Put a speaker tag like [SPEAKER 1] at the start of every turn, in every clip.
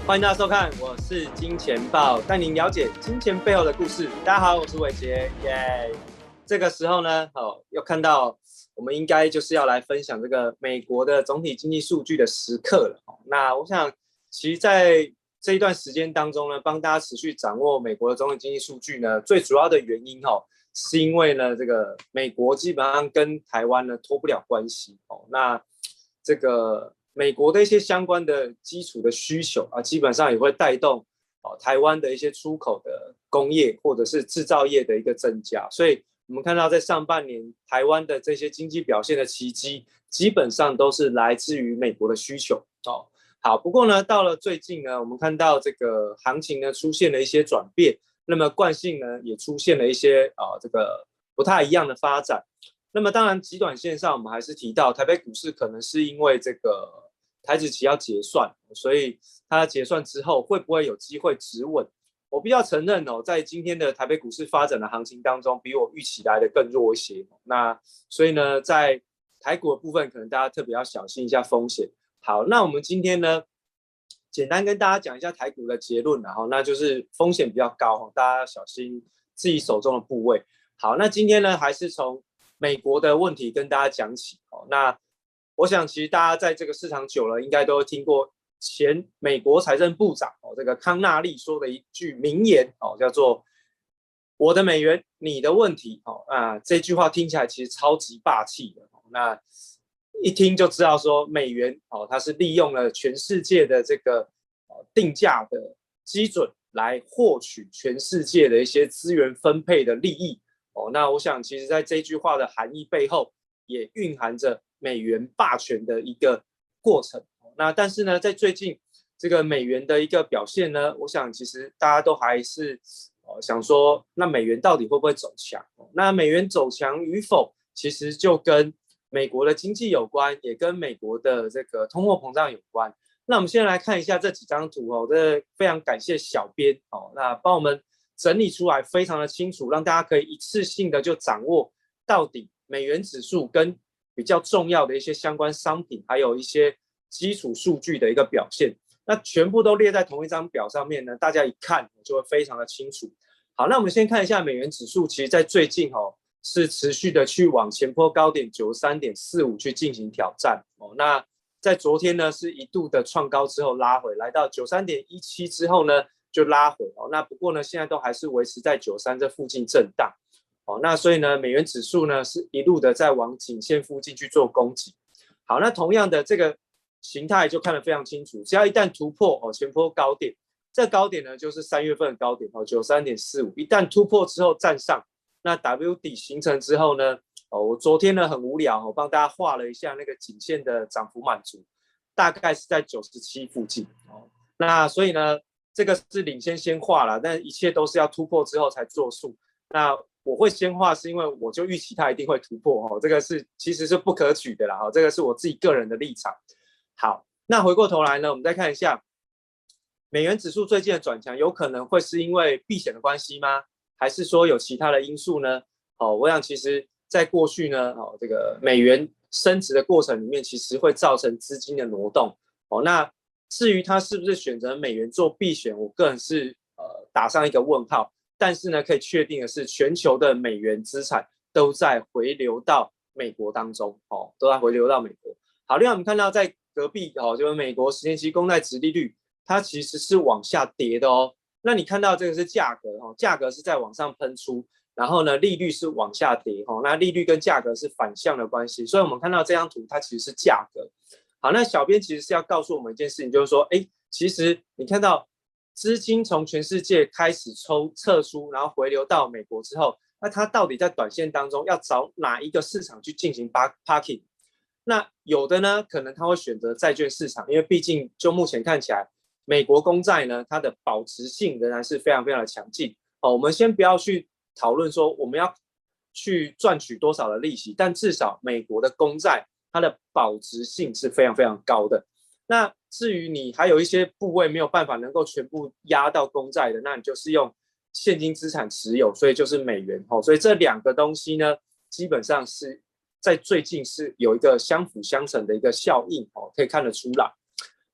[SPEAKER 1] 欢迎大家收看，我是金钱豹，带您了解金钱背后的故事。大家好，我是伟杰，耶！这个时候呢，又看到我们应该就是要来分享这个美国的总体经济数据的时刻了。那我想，其实在这一段时间当中呢，帮大家持续掌握美国的总体经济数据呢，最主要的原因是因为呢，这个美国基本上跟台湾呢脱不了关系。那这个美国的一些相关的基础的需求基本上也会带动台湾的一些出口的工业或者是制造业的一个增加，所以我们看到在上半年台湾的这些经济表现的奇迹，基本上都是来自于美国的需求。好，不过呢，到了最近呢，我们看到这个行情呢出现了一些转变，那么惯性呢也出现了一些这个不太一样的发展。那么当然，极短线上我们还是提到台北股市可能是因为这个台指期要结算，所以它结算之后会不会有机会止稳？我必须要承认在今天的台北股市发展的行情当中，比我预期来的更弱一些。那所以呢，在台股的部分，可能大家特别要小心一下风险。好，那我们今天呢，简单跟大家讲一下台股的结论，然后那就是风险比较高，大家要小心自己手中的部位。好，那今天呢，还是从美国的问题跟大家讲起。那我想其实大家在这个市场久了，应该都听过前美国财政部长这个康纳利说的一句名言叫做我的美元你的问题。这句话听起来其实超级霸气的。那一听就知道说美元它是利用了全世界的这个定价的基准来获取全世界的一些资源分配的利益。那我想其实在这句话的含义背后也蕴含着美元霸权的一个过程。那但是呢，在最近这个美元的一个表现呢，我想其实大家都还是想说，那美元到底会不会走强？那美元走强与否，其实就跟美国的经济有关，也跟美国的这个通货膨胀有关。那我们先来看一下这几张图这非常感谢小编那帮我们整理出来非常的清楚，让大家可以一次性的就掌握到底美元指数跟比较重要的一些相关商品，还有一些基础数据的一个表现。那全部都列在同一张表上面呢，大家一看就会非常的清楚。好，那我们先看一下美元指数，其实在最近是持续的去往前波高点 93.45 去进行挑战。那在昨天呢是一度的创高之后拉回来到 93.17 之后呢就拉回。那不过呢现在都还是维持在93这附近震荡。那所以呢美元指数呢是一路的在往颈线附近去做攻击。好，那同样的这个形态就看得非常清楚，只要一旦突破前波高点，这高点呢就是3月份的高点93.45，一旦突破之后站上，那 W 底形成之后呢我昨天呢很无聊帮大家画了一下那个颈线的涨幅满足，大概是在97附近。那所以呢这个是领先画了，但一切都是要突破之后才作数。那我会先画是因为我就预期它一定会突破这个是其实是不可取的啦这个是我自己个人的立场。好，那回过头来呢，我们再看一下美元指数最近的转强，有可能会是因为避险的关系吗？还是说有其他的因素呢？我想其实在过去呢这个美元升值的过程里面，其实会造成资金的挪动。那至于它是不是选择美元做避险，我个人是打上一个问号。但是呢，可以确定的是，全球的美元资产都在回流到美国当中都在回流到美国。好，另外我们看到在隔壁就是美国10年期公债殖利率，它其实是往下跌的那你看到这个是价格价格是在往上喷出，然后呢利率是往下跌那利率跟价格是反向的关系，所以我们看到这张图它其实是价格。好，那小编其实是要告诉我们一件事情，就是说其实你看到资金从全世界开始撤出，然后回流到美国之后，那它到底在短线当中要找哪一个市场去进行 parking？ 那有的呢，可能他会选择债券市场，因为毕竟就目前看起来，美国公债呢，它的保值性仍然是非常非常的强劲。我们先不要去讨论说我们要去赚取多少的利息，但至少美国的公债它的保值性是非常非常高的。那至于你还有一些部位没有办法能够全部压到公债的，那你就是用现金资产持有，所以就是美元所以这两个东西呢，基本上是在最近是有一个相辅相成的一个效应可以看得出来。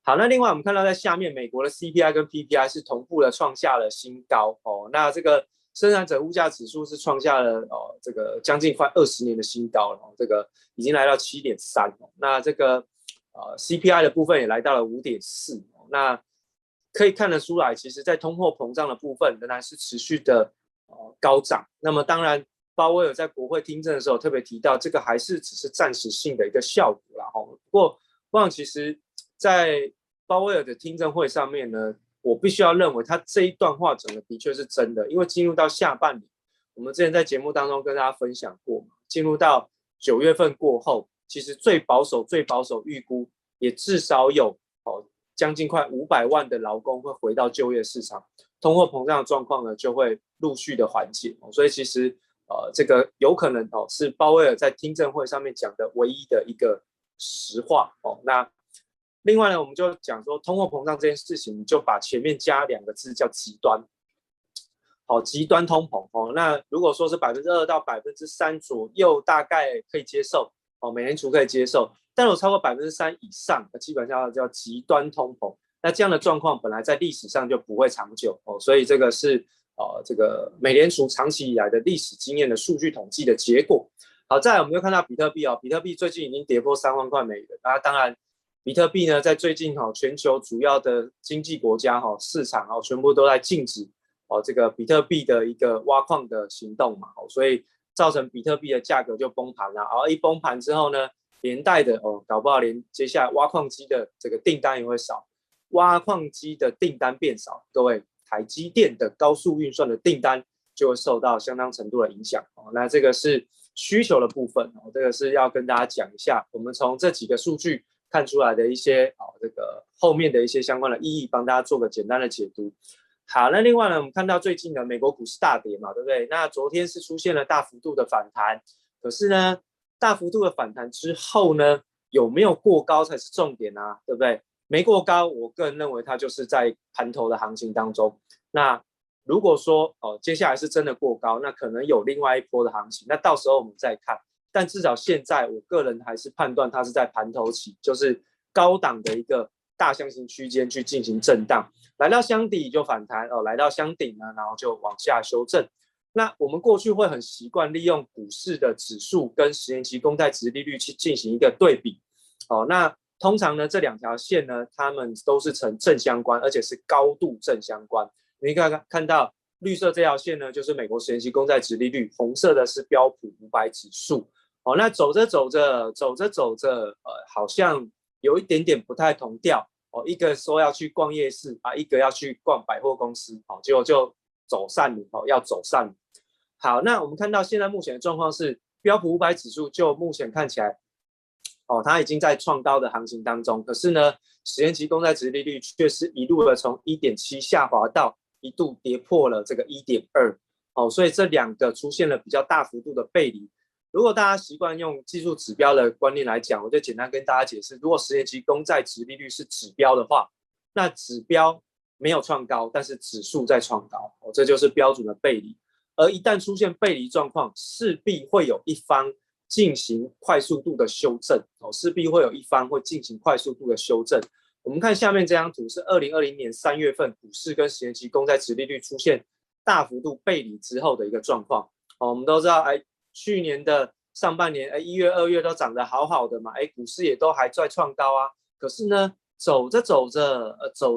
[SPEAKER 1] 好，那另外我们看到在下面，美国的 CPI 跟 PPI 是同步的创下了新高哦。那这个生产者物价指数是创下了这个将近快20年的新高了，这个已经来到7.3。那这个CPI 的部分也来到了5.4。那可以看得出来，其实在通货膨胀的部分仍然是持续的高涨。那么当然，鲍威尔在国会听证的时候特别提到，这个还是只是暂时性的一个效果啦。不过，其实在鲍威尔的听证会上面呢，我必须要认为他这一段话讲的的确是真的，因为进入到下半年，我们之前在节目当中跟大家分享过嘛，进入到9月份过后，其实最保守预估也至少有将近快500万的劳工会回到就业市场，通货膨胀的状况呢就会陆续的缓解，所以其实这个有可能是鲍威尔在听证会上面讲的唯一的一个实话那另外呢，我们就讲说通货膨胀这件事情，就把前面加2个字叫极端，极端通膨那如果说是2%到3%左右，大概可以接受美联储可以接受，但如果超过3%以上，基本上叫极端通膨。那这样的状况本来在历史上就不会长久所以这个是这个美联储长期以来的历史经验的数据统计的结果。好，再来我们又看到比特币比特币最近已经跌破3万块美元。当然，比特币呢在最近全球主要的经济国家市场全部都在禁止这个比特币的一个挖矿的行动嘛所以造成比特币的价格就崩盘了。一崩盘之后呢，连带的搞不好连接下来挖矿机的这个订单也会少，挖矿机的订单变少，各位台积电的高速运算的订单就会受到相当程度的影响那这个是需求的部分这个是要跟大家讲一下，我们从这几个数据看出来的一些这个后面的一些相关的意义，帮大家做个简单的解读。好，那另外呢，我们看到最近的美国股市大跌嘛，对不对？那昨天是出现了大幅度的反弹，可是呢，大幅度的反弹之后呢，有没有过高才是重点啊，对不对？没过高，我个人认为它就是在盘头的行情当中。那如果说接下来是真的过高，那可能有另外一波的行情，那到时候我们再看。但至少现在，我个人还是判断它是在盘头期，就是高档的一个大箱型区间去进行震荡，来到箱底就反弹来到箱顶呢，然后就往下修正。那我们过去会很习惯利用股市的指数跟10年期公债殖利率去进行一个对比那通常呢这2条线呢，它们都是呈正相关，而且是高度正相关。你可以看到绿色这条线呢，就是美国10年期公债殖利率，红色的是标普500指数那走着走着好像有一点点不太同调一个说要去逛夜市一个要去逛百货公司结果就走散了要走散了。好，那我们看到现在目前的状况是，标普500指数就目前看起来它已经在创高的行情当中，可是呢10年期公债殖利率却是一路的从 1.7 下滑到一度跌破了这个 1.2所以这2个出现了比较大幅度的背离。如果大家习惯用技术指标的观念来讲，我就简单跟大家解释，如果10年期公债殖利率是指标的话，那指标没有创高，但是指数在创高这就是标准的背离。而一旦出现背离状况，势必会有一方进行快速度的修正势必会有一方会进行快速度的修正。我们看下面这张图是2020年3月份股市跟10年期公债殖利率出现大幅度背离之后的一个状况我们都知道去年的上半年1月2月都涨得好好的嘛股市也都还在创高可是呢走着走着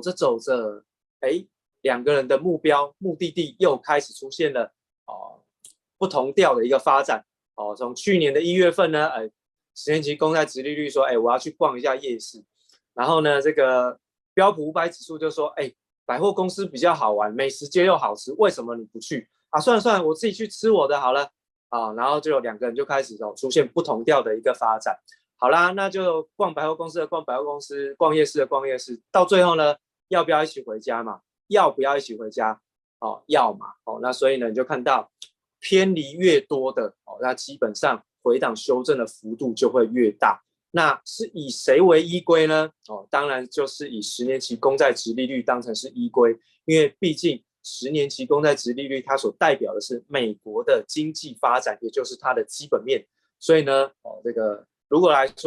[SPEAKER 1] 2个人的目的地又开始出现了不同调的一个发展从去年的1月份呢10年期公债殖利率说我要去逛一下夜市，然后呢这个标普500指数就说百货公司比较好玩，美食街又好吃，为什么你不去算了我自己去吃我的好了然后就有2个人就开始出现不同调的一个发展。好啦，那就逛百货公司的逛百货公司，逛夜市的逛夜市，到最后呢要不要一起回家嘛？要不要一起回家要嘛那所以呢你就看到偏离越多的那基本上回档修正的幅度就会越大。那是以谁为依归呢当然就是以10年期公债殖利率当成是依归，因为毕竟10年期公债殖利率它所代表的是美国的经济发展，也就是它的基本面。所以呢这个如果来说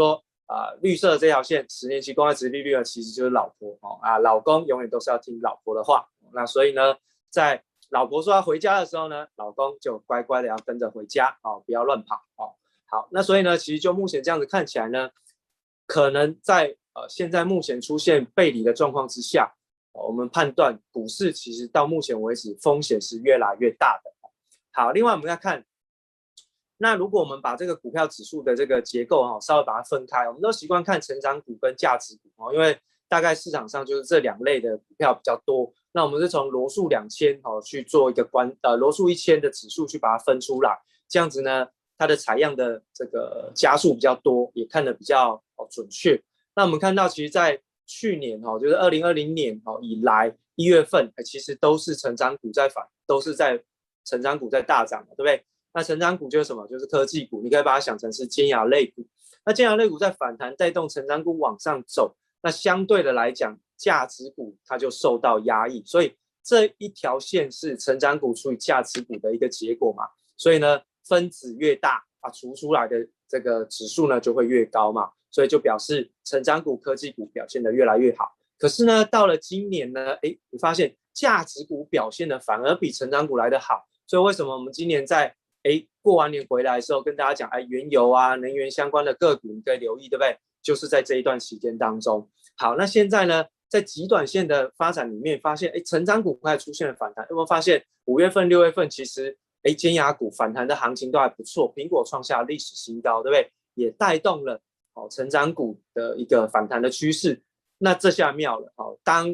[SPEAKER 1] 绿色的这条线10年期公债殖利率呢，其实就是老婆老公永远都是要听老婆的话。那所以呢，在老婆说要回家的时候呢，老公就乖乖的要跟着回家不要乱跑好，那所以呢，其实就目前这样子看起来呢，可能在现在目前出现背离的状况之下，我们判断股市其实到目前为止风险是越来越大的。好，另外我们要看，那如果我们把这个股票指数的这个结构稍微把它分开，我们都习惯看成长股跟价值股因为大概市场上就是这2类的股票比较多。那我们是从罗素2000去做一个罗素1000的指数去把它分出来，这样子呢，它的采样的这个家数比较多，也看得比较准确。那我们看到，其实在去年就是2020年以来1月份，其实都是成长股在都是在成长股在大涨对不对？那成长股就是什么？就是科技股，你可以把它想成是尖牙类股。那尖牙类股在反弹带动成长股往上走，那相对的来讲，价值股它就受到压抑，所以这一条线是成长股除以价值股的一个结果嘛。所以呢，分子越大除出来的这个指数呢就会越高嘛，所以就表示成长股、科技股表现得越来越好。可是呢，到了今年呢，你发现价值股表现的反而比成长股来得好。所以为什么我们今年在过完年回来的时候跟大家讲，原油能源相关的个股你可以留意，对不对？就是在这一段期间当中。好，那现在呢，在极短线的发展里面，发现成长股开始出现了反弹。有没有发现5月份、6月份其实尖牙股反弹的行情都还不错，苹果创下历史新高，对不对？也带动了成长股的一个反弹的趋势。那这下妙了当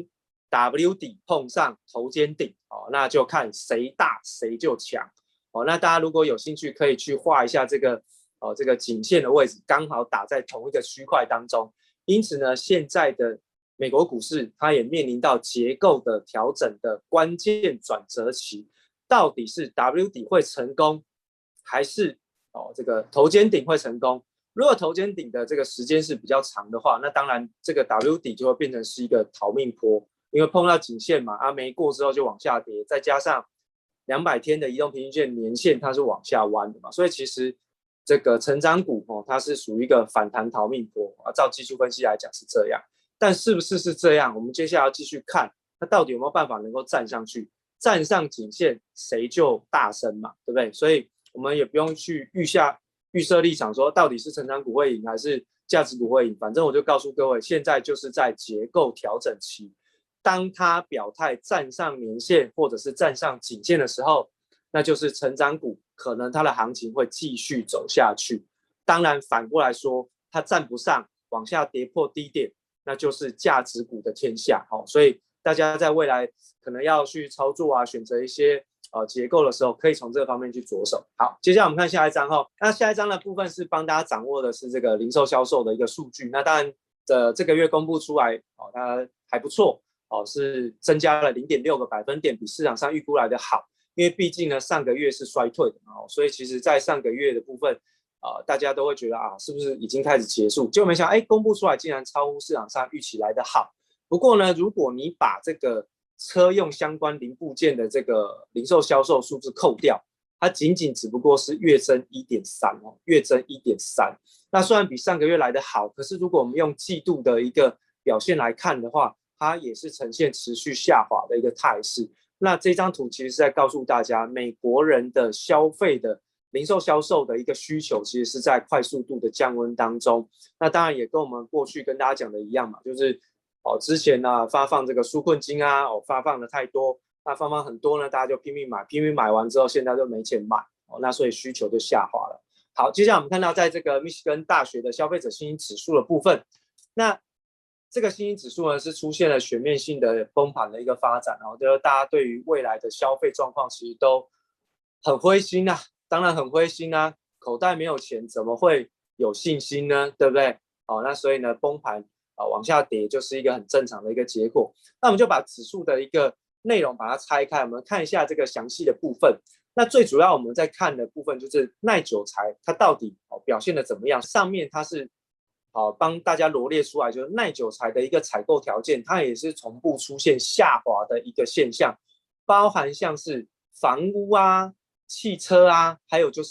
[SPEAKER 1] W 底碰上头肩顶那就看谁大谁就强那大家如果有兴趣，可以去画一下这个颈线的位置，刚好打在同一个区块当中。因此呢，现在的美国股市它也面临到结构的调整的关键转折期，到底是 W 底会成功，还是这个头肩顶会成功？如果头肩顶的这个时间是比较长的话，那当然这个 W 底就会变成是一个逃命坡，因为碰到颈线嘛没过之后就往下跌，再加上200天的移动平均线年线它是往下弯的嘛，所以其实这个成长股它是属于一个反弹逃命坡照技术分析来讲是这样。但是不是这样，我们接下来要继续看它到底有没有办法能够站上去，站上颈线谁就大升嘛，对不对？所以我们也不用去预设立场说到底是成长股会赢还是价值股会赢，反正我就告诉各位，现在就是在结构调整期，当它表态站上年线或者是站上颈线的时候，那就是成长股可能它的行情会继续走下去。当然反过来说，它站不上往下跌破低点，那就是价值股的天下所以大家在未来可能要去操作选择一些结构的时候，可以从这个方面去着手。好，接下来我们看下一章那下一章的部分是帮大家掌握的是这个零售销售的一个数据。那当然这个月公布出来它还不错是增加了0.6个百分点，比市场上预估来的好。因为毕竟呢上个月是衰退的所以其实在上个月的部分大家都会觉得是不是已经开始结束，结果没想到公布出来竟然超乎市场上预期来的好。不过呢，如果你把这个车用相关零部件的这个零售销售数字扣掉，它仅只不过是月增 1.3 月增 1.3。 那虽然比上个月来的好，可是如果我们用季度的一个表现来看的话，它也是呈现持续下滑的一个态势。那这张图其实是在告诉大家，美国人的消费的零售销售的一个需求其实是在快速度的降温当中。那当然也跟我们过去跟大家讲的一样嘛，就是之前发放这个纾困金发放的太多，那发放很多呢，大家就拼命买完之后现在就没钱买那所以需求就下滑了。好，接下来我们看到在这个密西根大学的消费者信心指数的部分，那这个信心指数呢是出现了全面性的崩盘的一个发展就是大家对于未来的消费状况其实都很灰心当然很灰心口袋没有钱怎么会有信心呢，对不对那所以呢崩盘往下跌就是一个很正常的一个结果。那我们就把指数的一个内容把它拆开，我们看一下这个详细的部分。那最主要我们在看的部分就是耐久材它到底表现的怎么样，上面它是帮大家罗列出来，就是耐久材的一个采购条件，它也是同步出现下滑的一个现象，包含像是房屋汽车还有就是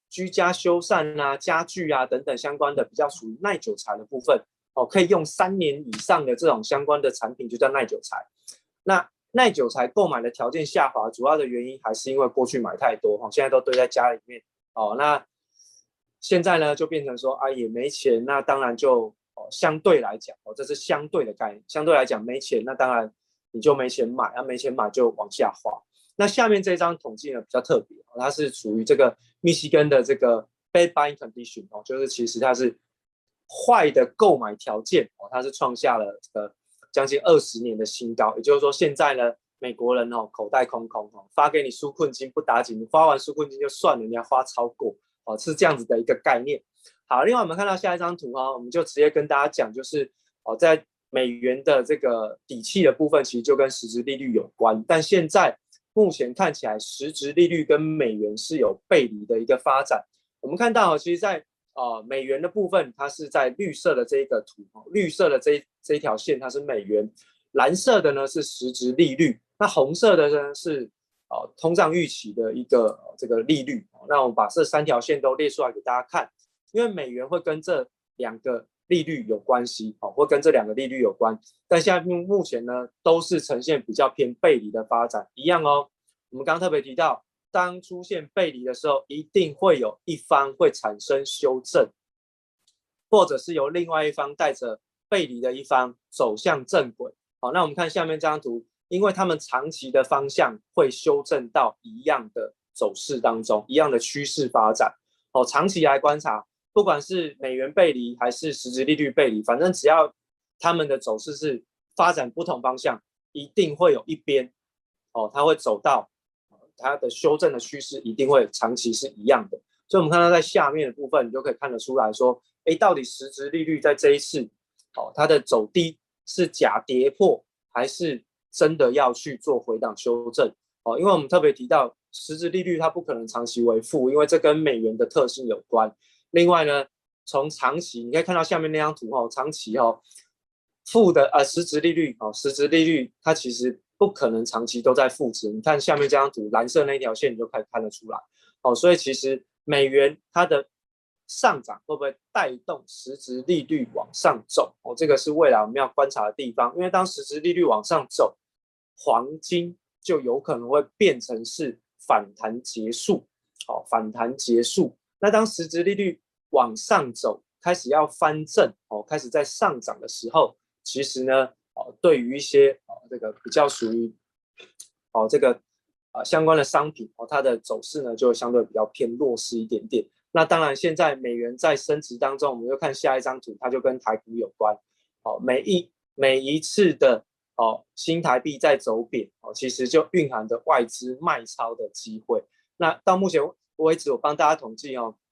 [SPEAKER 1] 居家修缮啊、家具啊等等相关的比较属于耐久材的部分，可以用3年以上的这种相关的产品就叫耐久材。那耐久材购买的条件下滑，主要的原因还是因为过去买太多，现在都堆在家里面，那现在呢就变成说也没钱，那当然就相对来讲，这是相对的概念，相对来讲没钱，那当然你就没钱买，没钱买就往下滑。那下面这张统计呢比较特别，它是属于这个密西根的这个 bad buying condition，就是其实它是坏的购买条件，它是创下了这个将近20年的新高。也就是说，现在呢，美国人口袋空空，发给你纾困金不打紧，你花完纾困金就算了，你要花超过，是这样子的一个概念。好，另外我们看到下一张图我们就直接跟大家讲，就是在美元的这个底气的部分，其实就跟实质利率有关，但现在目前看起来实质利率跟美元是有背离的一个发展。我们看到其实在美元的部分，它是在绿色的这一个图，绿色的这一条线它是美元，蓝色的呢是实质利率，那红色的呢是通胀预期的一个这个利率。那我们把这3条线都列出来给大家看，因为美元会跟这2个利率有关系，会跟这2个利率有关，但现在目前呢都是呈现比较偏背离的发展，一样我们刚刚特别提到，当出现背离的时候，一定会有一方会产生修正，或者是由另外一方带着背离的一方走向正轨。好，那我们看下面这张图，因为他们长期的方向会修正到一样的走势当中，一样的趋势发展。长期来观察，不管是美元背离还是实质利率背离，反正只要他们的走势是发展不同方向，一定会有一边它会走到它的修正的趋势一定会长期是一样的。所以我们看到在下面的部分，你就可以看得出来说，到底实质利率在这一次它的走低是假跌破，还是真的要去做回档修正？因为我们特别提到实质利率它不可能长期为负，因为这跟美元的特性有关。另外呢，从长期你可以看到下面那张图长期负的实质利率实质利率它其实不可能长期都在负值。你看下面这张图，蓝色那一条线你就可以看得出来所以其实美元它的上涨会不会带动实质利率往上走这个是未来我们要观察的地方。因为当实质利率往上走，黄金就有可能会变成是反弹结束反弹结束。那当实质利率往上走，开始要翻正开始在上涨的时候，其实呢对于一些这个比较属于这个相关的商品它的走势呢就相对比较偏弱势一点点。那当然现在美元在升值当中，我们就看下一张图，它就跟台股有关每一次的新台币在走贬其实就蕴含着外资卖超的机会。那到目前为止，我帮大家统计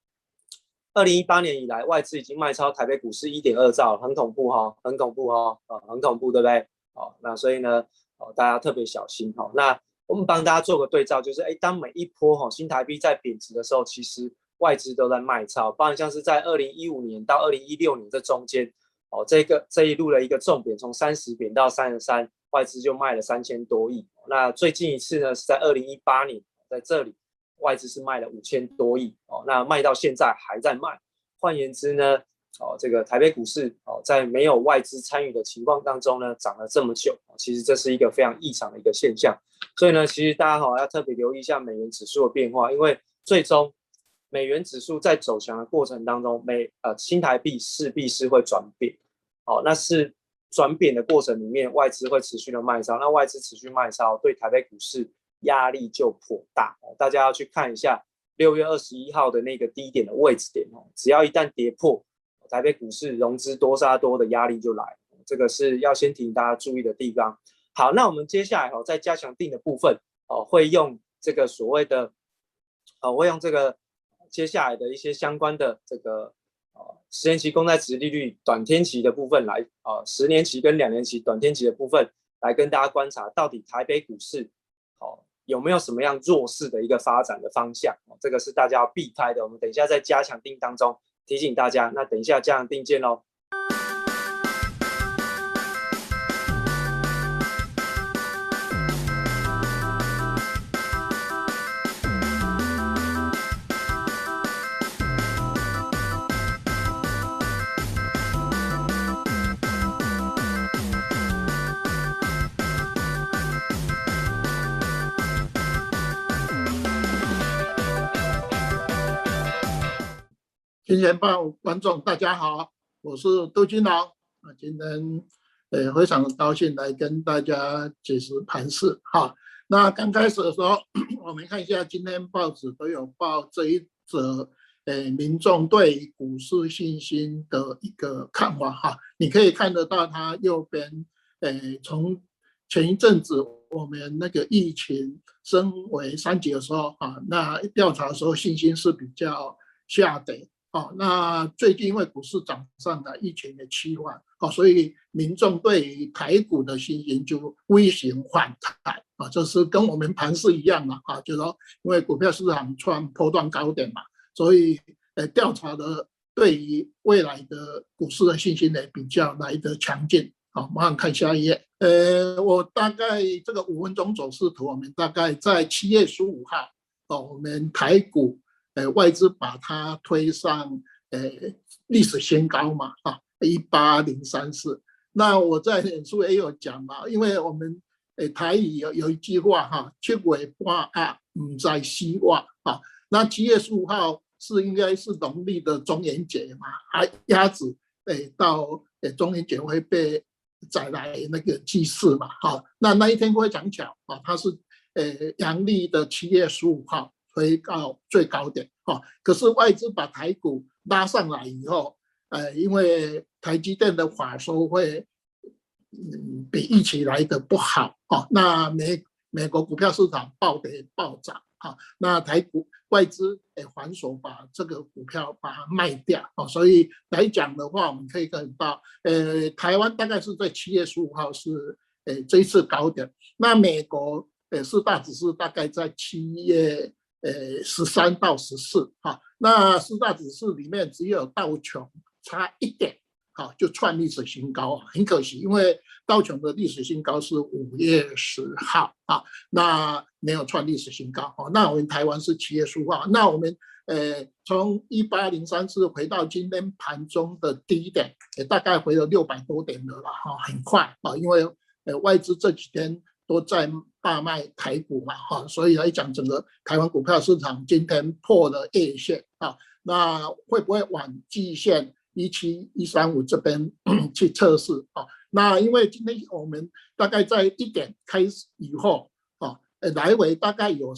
[SPEAKER 1] 2018年以来，外资已经卖超台北股市1.2兆，很恐怖很恐怖很恐怖，对不对？那所以呢大家特别小心那我们帮大家做个对照，就是当每一波新台币在贬值的时候，其实外资都在卖超，包含像是在2015年到2016年这中间这一路的一个重贬，从30贬到33，外资就卖了3000多亿。那最近一次呢是在2018年，在这里外资是卖了5000多亿那卖到现在还在卖。换言之呢这个台北股市在没有外资参与的情况当中呢涨了这么久其实这是一个非常异常的一个现象。所以呢其实大家要特别留意一下美元指数的变化，因为最终美元指数在走强的过程当中，新台币势必是会转贬那是转贬的过程里面，外资会持续的卖超，那外资持续卖超对台北股市压力就颇大大家要去看一下6月21号的那个低点的位置点只要一旦跌破，台北股市融资多杀多的压力就来，这个是要先提醒大家注意的地方。好，那我们接下来在加强定的部分会用这个所谓的会用这个接下来的一些相关的这个10年期公债殖利率短天期的部分来10年期跟2年期短天期的部分来跟大家观察，到底台北股市有没有什么样弱势的一个发展的方向这个是大家要避开的。我们等一下在加强定当中提醒大家，那等一下加强定见咯。
[SPEAKER 2] 金钱豹观众大家好，我是杜金龙今天非常高兴来跟大家解释盘势哈。那刚开始的时候，我们看一下今天报纸都有报这一则民众对股市信心的一个看法哈。你可以看得到它右边从前一阵子我们那个疫情升为3级的时候那调查的时候信心是比较下跌。那最近因为股市涨上来，疫情的趋缓，所以民众对于台股的信心就微型反弹这是跟我们盘势一样就是说因为股票市场创波段高点嘛，所以调查的对于未来的股市的信心呢比较来得强劲。好，马上看下一页。我大概这个5分钟走势图，我们大概在7月15号我们台股外资把它推上历史新高嘛18034。那我在脸书也有讲嘛，因为我们台语有一句话七月半啊不知希望那7月15号是应该是农历的中元节嘛鸭子到中元节会被载来那个祭祀嘛那一天会讲巧它是阳历的7月15号推到最高点可是外资把台股拉上来以后因为台积电的法说会比预期来的不好那美国股票市场暴跌暴涨那台股外资反手把这个股票把它卖掉所以来讲的话，我们可以看到台湾大概是在7月15号是这一次高点，那美国4大指数大概在7月13到14那4大指数里面只有道琼差1点就创历史新高很可惜，因为道琼的历史新高是5月10号那没有创历史新高那我们台湾是7月15号，那我们从18034回到今天盘中的低点大概回了600多点了很快因为外资这几天都在大卖台股嘛所以来讲整个台湾股票市场今天破了月线那会不会往季线17135这边去测试那因为今天我们大概在1点开始以后来回大概有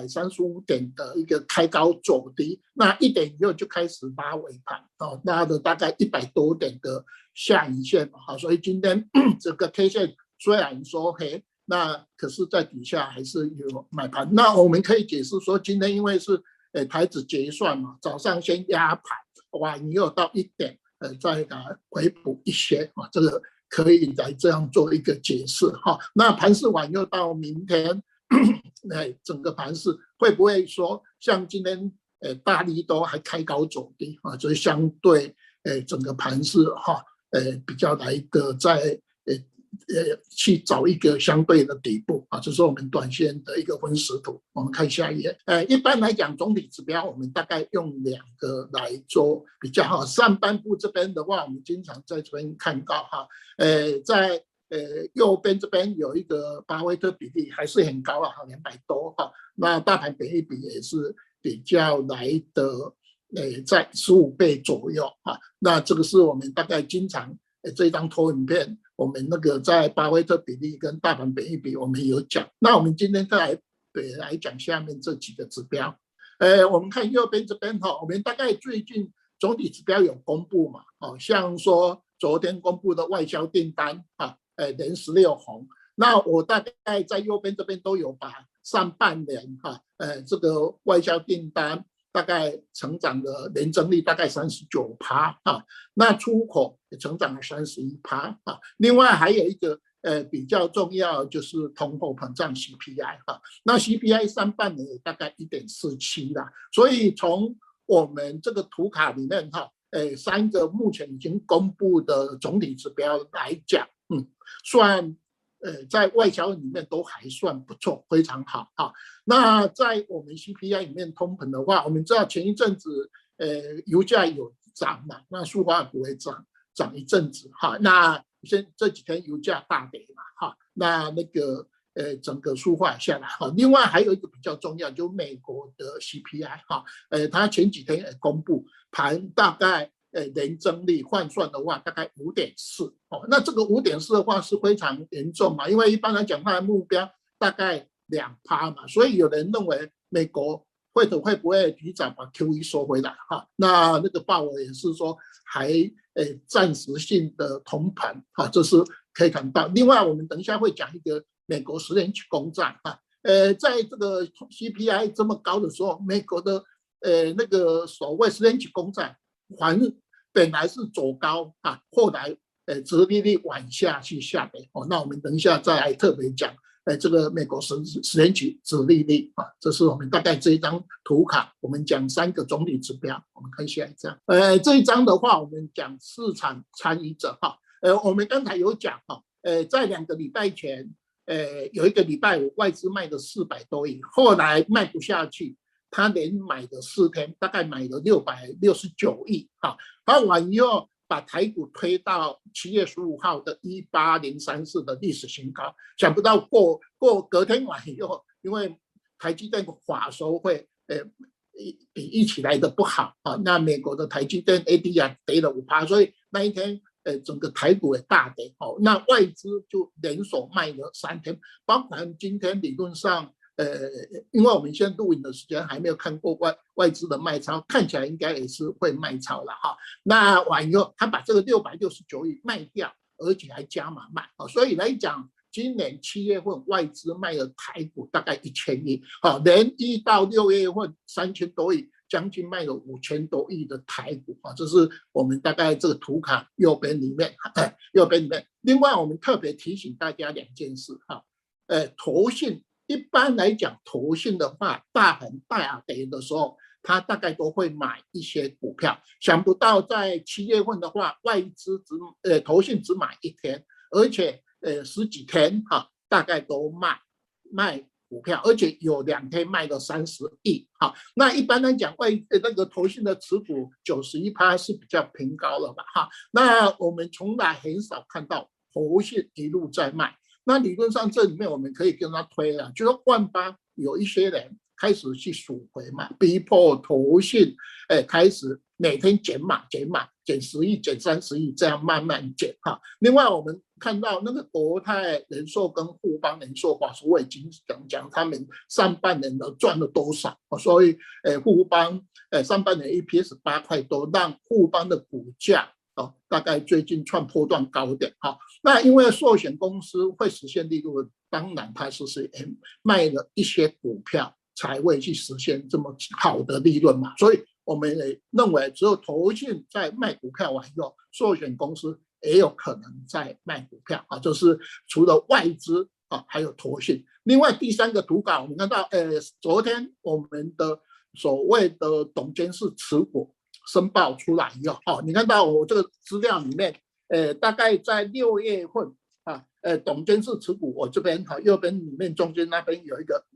[SPEAKER 2] 335点的一个开高走低，那1点以后就开始拉尾盘拉的大概100多点的下影线所以今天这个 K 线虽然说黑，那可是在底下还是有买盘。那我们可以解释说，今天因为是台指结算嘛，早上先压盘，晚以后到1点再给它回补一些这个可以来这样做一个解释那盘势完又到明天整个盘势会不会说像今天大利多还开高走低所以相对整个盘势比较来一个在去找一个相对的底部这是我们短线的一个分时图。我们看下一页。一般来讲总体指标我们大概用2个来做比较好。上半部这边的话，我们经常在这边看到在右边这边有一个巴菲特比例还是很高200多那大盘本益比也是比较来的在15倍左右那这个是我们大概经常这一张投影片我们那个在巴菲特比例跟大盘本益比我们有讲。那我们今天再来讲下面这几个指标。我们看右边这边我们大概最近总体指标有公布嘛像说昨天公布的外销订单连16红。那我大概在右边这边都有把上半年这个外销订单大概成长的年增率大概39%那出口也成长了31%另外还有一个比较重要就是通货膨胀 CPI 那 CPI 上半年也大概 1.47 啦。所以从我们这个图卡里面3个目前已经公布的总体指标来讲算在外销里面都还算不错，非常好那在我们 CPI 里面通膨的话，我们知道前一阵子油价有涨嘛，那塑化股会涨一阵子那这几天油价大跌嘛那个整个舒缓下来哈。另外还有一个比较重要，就美国的 CPI 哈，它前几天也公布盘大概年增率换算的话大概5.4哦，那这个5.4的话是非常严重嘛，因为一般来讲它的目标大概2%嘛，所以有人认为美国会不会提早把 QE 收回来哈？那个鲍尔也是说还暂时性的通盘哈，这是可以看到。另外我们等一下会讲一个美国10年期公债哈，在这个 CPI 这么高的时候，美国的那个所谓10年期公债本来是走高啊，后来殖利率往下去下跌哦。那我们等一下再来特别讲这个美国10年期殖利率啊，这是我们大概这一张图卡，我们讲3个总体指标，我们看下一张。这一张的话，我们讲市场参与者哈，我们刚才有讲哈，在2个礼拜前，有一个礼拜五外资卖了400多亿，后来卖不下去。他连买的4天，大概买了669亿哈，他完以后把台股推到7月15号的18034的历史新高，想不到隔天晚以后，因为台积电法说会比预期来的不好啊，那美国的台积电 ADR 跌了5%，所以那一天整个台股也大跌哦，那外资就连手卖了3天，包含今天理论上。因为我们现在录影的时间还没有看过外资的卖超，看起来应该也是会卖超了哈。那完以后，他把这个669亿卖掉，而且还加码卖，所以来讲，今年7月份外资卖了台股大概1000亿，连1到6月份3000多亿，将近卖了5000多亿的台股啊，这是我们大概这个图卡右边里面。另外，我们特别提醒大家2件事哈，投信。一般来讲，投信的话，大盘大跌的时候，他大概都会买一些股票。想不到在7月份的话，外资投信只买1天，而且10几天哈，大概都卖股票，而且有2天卖了30亿哈。那一般来讲，那个投信的持股91%是比较偏高了吧哈。那我们从来很少看到投信一路在卖。那理论上这里面我们可以跟他推了，就是万八有一些人开始去赎回嘛，逼迫投信开始每天减码，减10亿、减30亿，这样慢慢减哈。另外我们看到那个国泰人寿跟富邦人寿法说，我已经讲他们上半年的赚了多少，所以富邦上半年 EPS 8块多，让富邦的股价大概最近创波段高点哈。那因为寿险公司会实现利润，当然它是卖了一些股票才会去实现这么好的利润嘛。所以我们也认为，只有投信在卖股票完以后，寿险公司也有可能在卖股票啊。就是除了外资啊，还有投信。另外第3个图稿，我们看到昨天我们的所谓的董监事持股申报出来以后，你看到我这个资料里面，大概在6月份啊，董监事持股，我这边右边里面中间那边有一个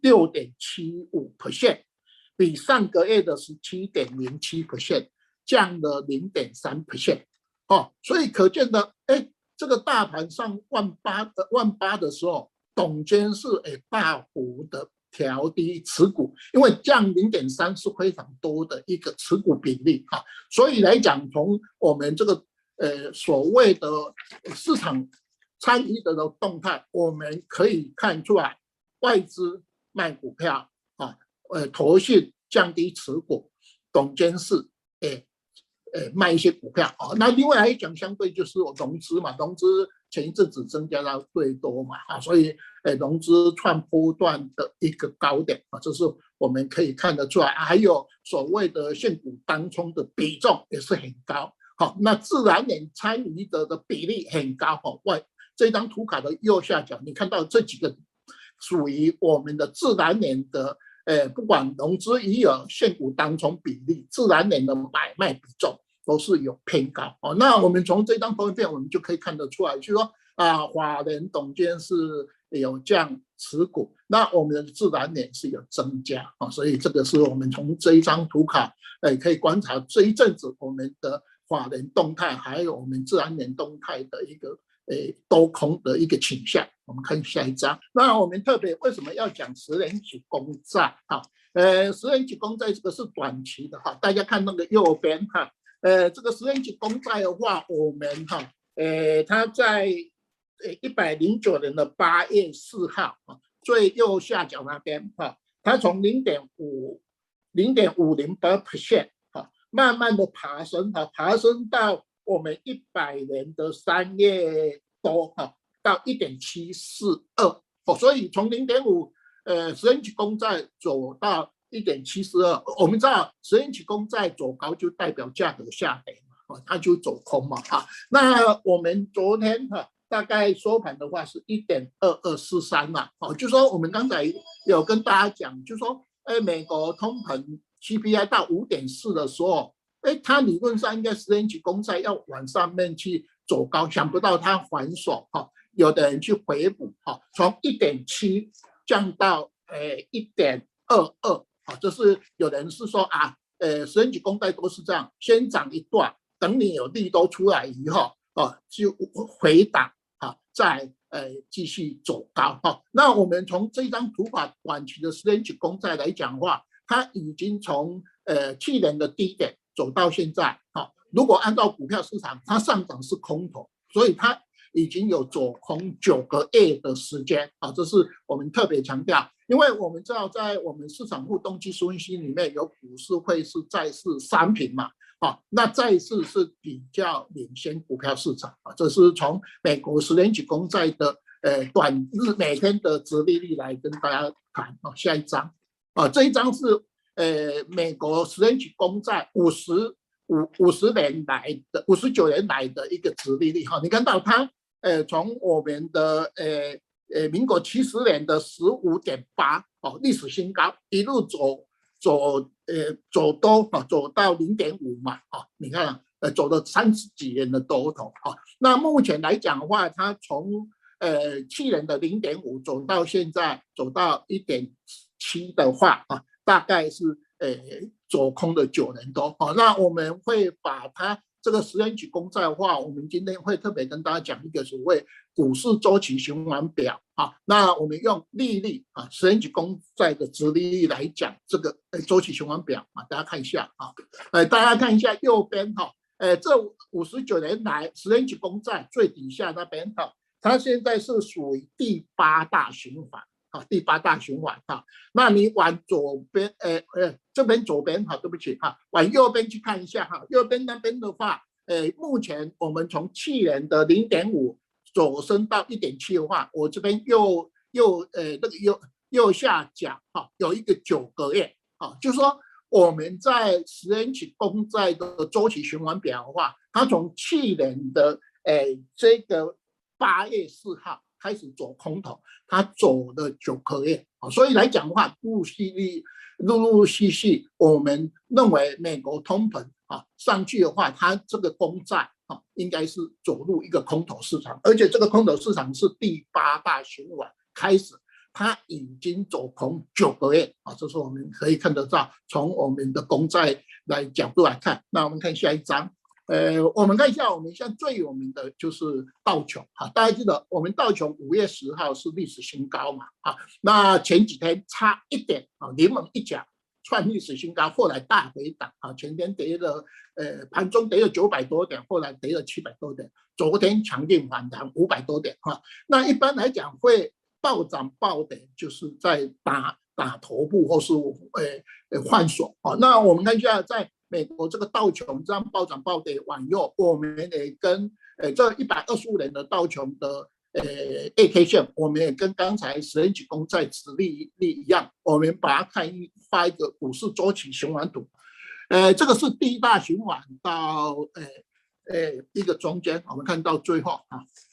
[SPEAKER 2] 6.75%， 比上个月的 17.07% 降了 0.3%，所以可见的，这个大盘上万八的时候，董监事大幅的调低持股，因为降 0.3 是非常多的一个持股比例哈，所以来讲，从我们这个所谓的市场参与的动态，我们可以看出来，外资卖股票啊，投信降低持股，董监事卖一些股票啊。那另外来讲，相对就是融资嘛，融资前一阵子增加到最多嘛啊，所以融资创波段的一个高点啊，这是我们可以看得出来。还有所谓的现股当冲的比重也是很高。好，那自然人参与的比例很高哈。这张图卡的右下角，你看到这几个属于我们的自然人的不管融资余额、现股当冲比例、自然人的买卖比重都是有偏高哦。那我们从这张投影片我们就可以看得出来，就是说法人董监是有降持股，那我们的自然人是有增加啊，所以这个是我们从这一张图卡可以观察这一阵子我们的法人动态，还有我们自然人动态的一个多空的一个倾向。 我们看下一章。那我们特别为什么要讲10年期公债10年期公债这个是短期的大家看那个右边这个10年期公债的话，我们它在109年的8月4号最右下角那边它从0.50% 慢慢的爬升到我们100年的3月多到 1.742 所以从0.510年期公债走到 1.742， 我们知道10年期公债走高就代表价格下跌它就走空那我们昨天大概收盘的话是 1.2243 就说我们刚才有跟大家讲，就说美国通膨 CPI 到 5.4 的时候它理论上应该10年期公债要往上面去走高，想不到它还手有的人去回补从 1.7 降到1.22这是有人是说10年期公债都是这样，先涨一段，等你有利多出来以后就回档再继续走高那我们从这张图法短期的10年期公债来讲的话，它已经从去年的低点走到现在如果按照股票市场，它上涨是空头，所以它已经有走空9个月的时间这是我们特别强调。因为我们知道在我们市场互动技术分析里面有股市、汇市、债市、商品嘛那债市是比较领先股票市场这是从美国10年期公债的短日每天的殖利率来跟大家谈下一张这一张是美国10年期公债59年来的一个殖利率你看到它从我们的民国70年的 15.8 历史新高，一路走多走到 0.5 嘛你看走了30几年的多头那目前来讲的话，它从去年的 0.5 走到现在走到 1.7 的话大概是走空的9年多那我们会把它这个10年期公债的话，我们今天会特别跟大家讲一个所谓股市周期循环表那我们用利率10年期公债的殖利率来讲这个周期循环表大家看一下大家看一下右边这59年来10年期公债最底下那边它现在是属于第8大循环第8大循环那你往左边这边左边对不起往右边去看一下右边那边的话目前我们从去年的 0.5 走升到 1.7 的话，我这边右下角有一个9个月就是说我们在10年期公债的周期循环表的话，它从去年的这个8月4号开始走空头，它走了9个月所以来讲的话，陆陆续续我们认为美国通膨上去的话，它这个公债应该是走入一个空头市场，而且这个空头市场是第8大循环开始，它已经走空9个月这是我们可以看得到，从我们的公债来角度来看。那我们看下一张我们看一下我们现在最有名的就是道琼大家记得我们道琼5月10号是历史新高嘛那前几天差一点临门一脚创历史新高，后来大回档前天跌了盘中跌了900多点，后来跌了700多点，昨天强劲反弹500多点那一般来讲会暴涨暴跌，就是在打头部或是换手那我们看一下在美国这个道琼这样暴涨暴跌往右，我们也跟这125年的道琼的AK 线，我们也跟刚才10年期公债殖利率一样，我们把它画一个股市周期循环图这个是第1大循环到一个中间，我们看到最后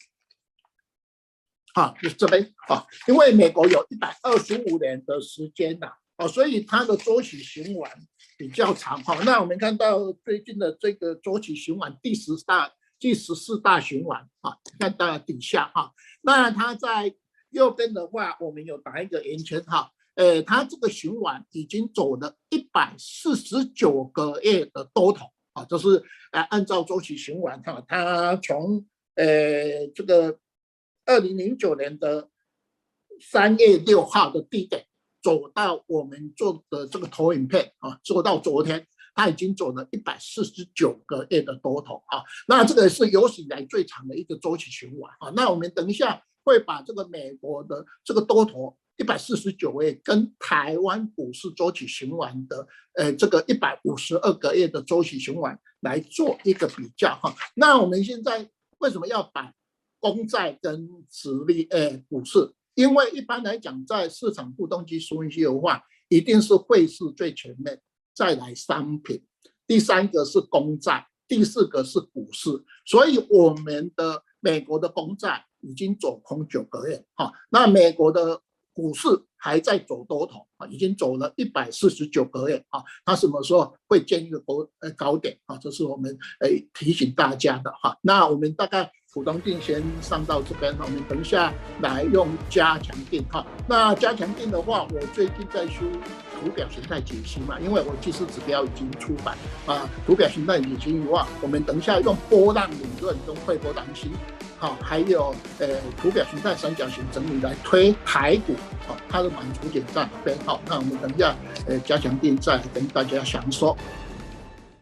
[SPEAKER 2] 就是这边因为美国有125年的时间所以它的周期循环比较长那我们看到最近的这个周期循环第14大循环看到底下那它在右边的话，我们有打一个圆圈它这个循环已经走了149个月的多头就是按照周期循环它从这个 2009年的3月6号的低点，走到我们做的这个投影片做到昨天，它已经走了149个月的多头那这个是有史以来最长的一个周期循环那我们等一下会把这个美国的这个多头149个月跟台湾股市周期循环的这个152个月的周期循环来做一个比较那我们现在为什么要把公债跟殖利股市？因为一般来讲，在市场部动机分析的话，一定是汇市最前面，再来商品，第三个是公债，第四个是股市。所以我们的美国的公债已经走空9个月那美国的股市还在走多头已经走了149个月它什么时候会见一个高点这是我们提醒大家的那我们大概普通定先上到这边我们等一下来用加强定那加强定的话，我最近在修图表形态解析嘛，因为我技术指标已经出版图表形态解析的话，我们等一下用波浪理论跟汇波浪形还有图表形态三角形整理来推台股它的满足点在哪边那我们等一下加强定再跟大家详说。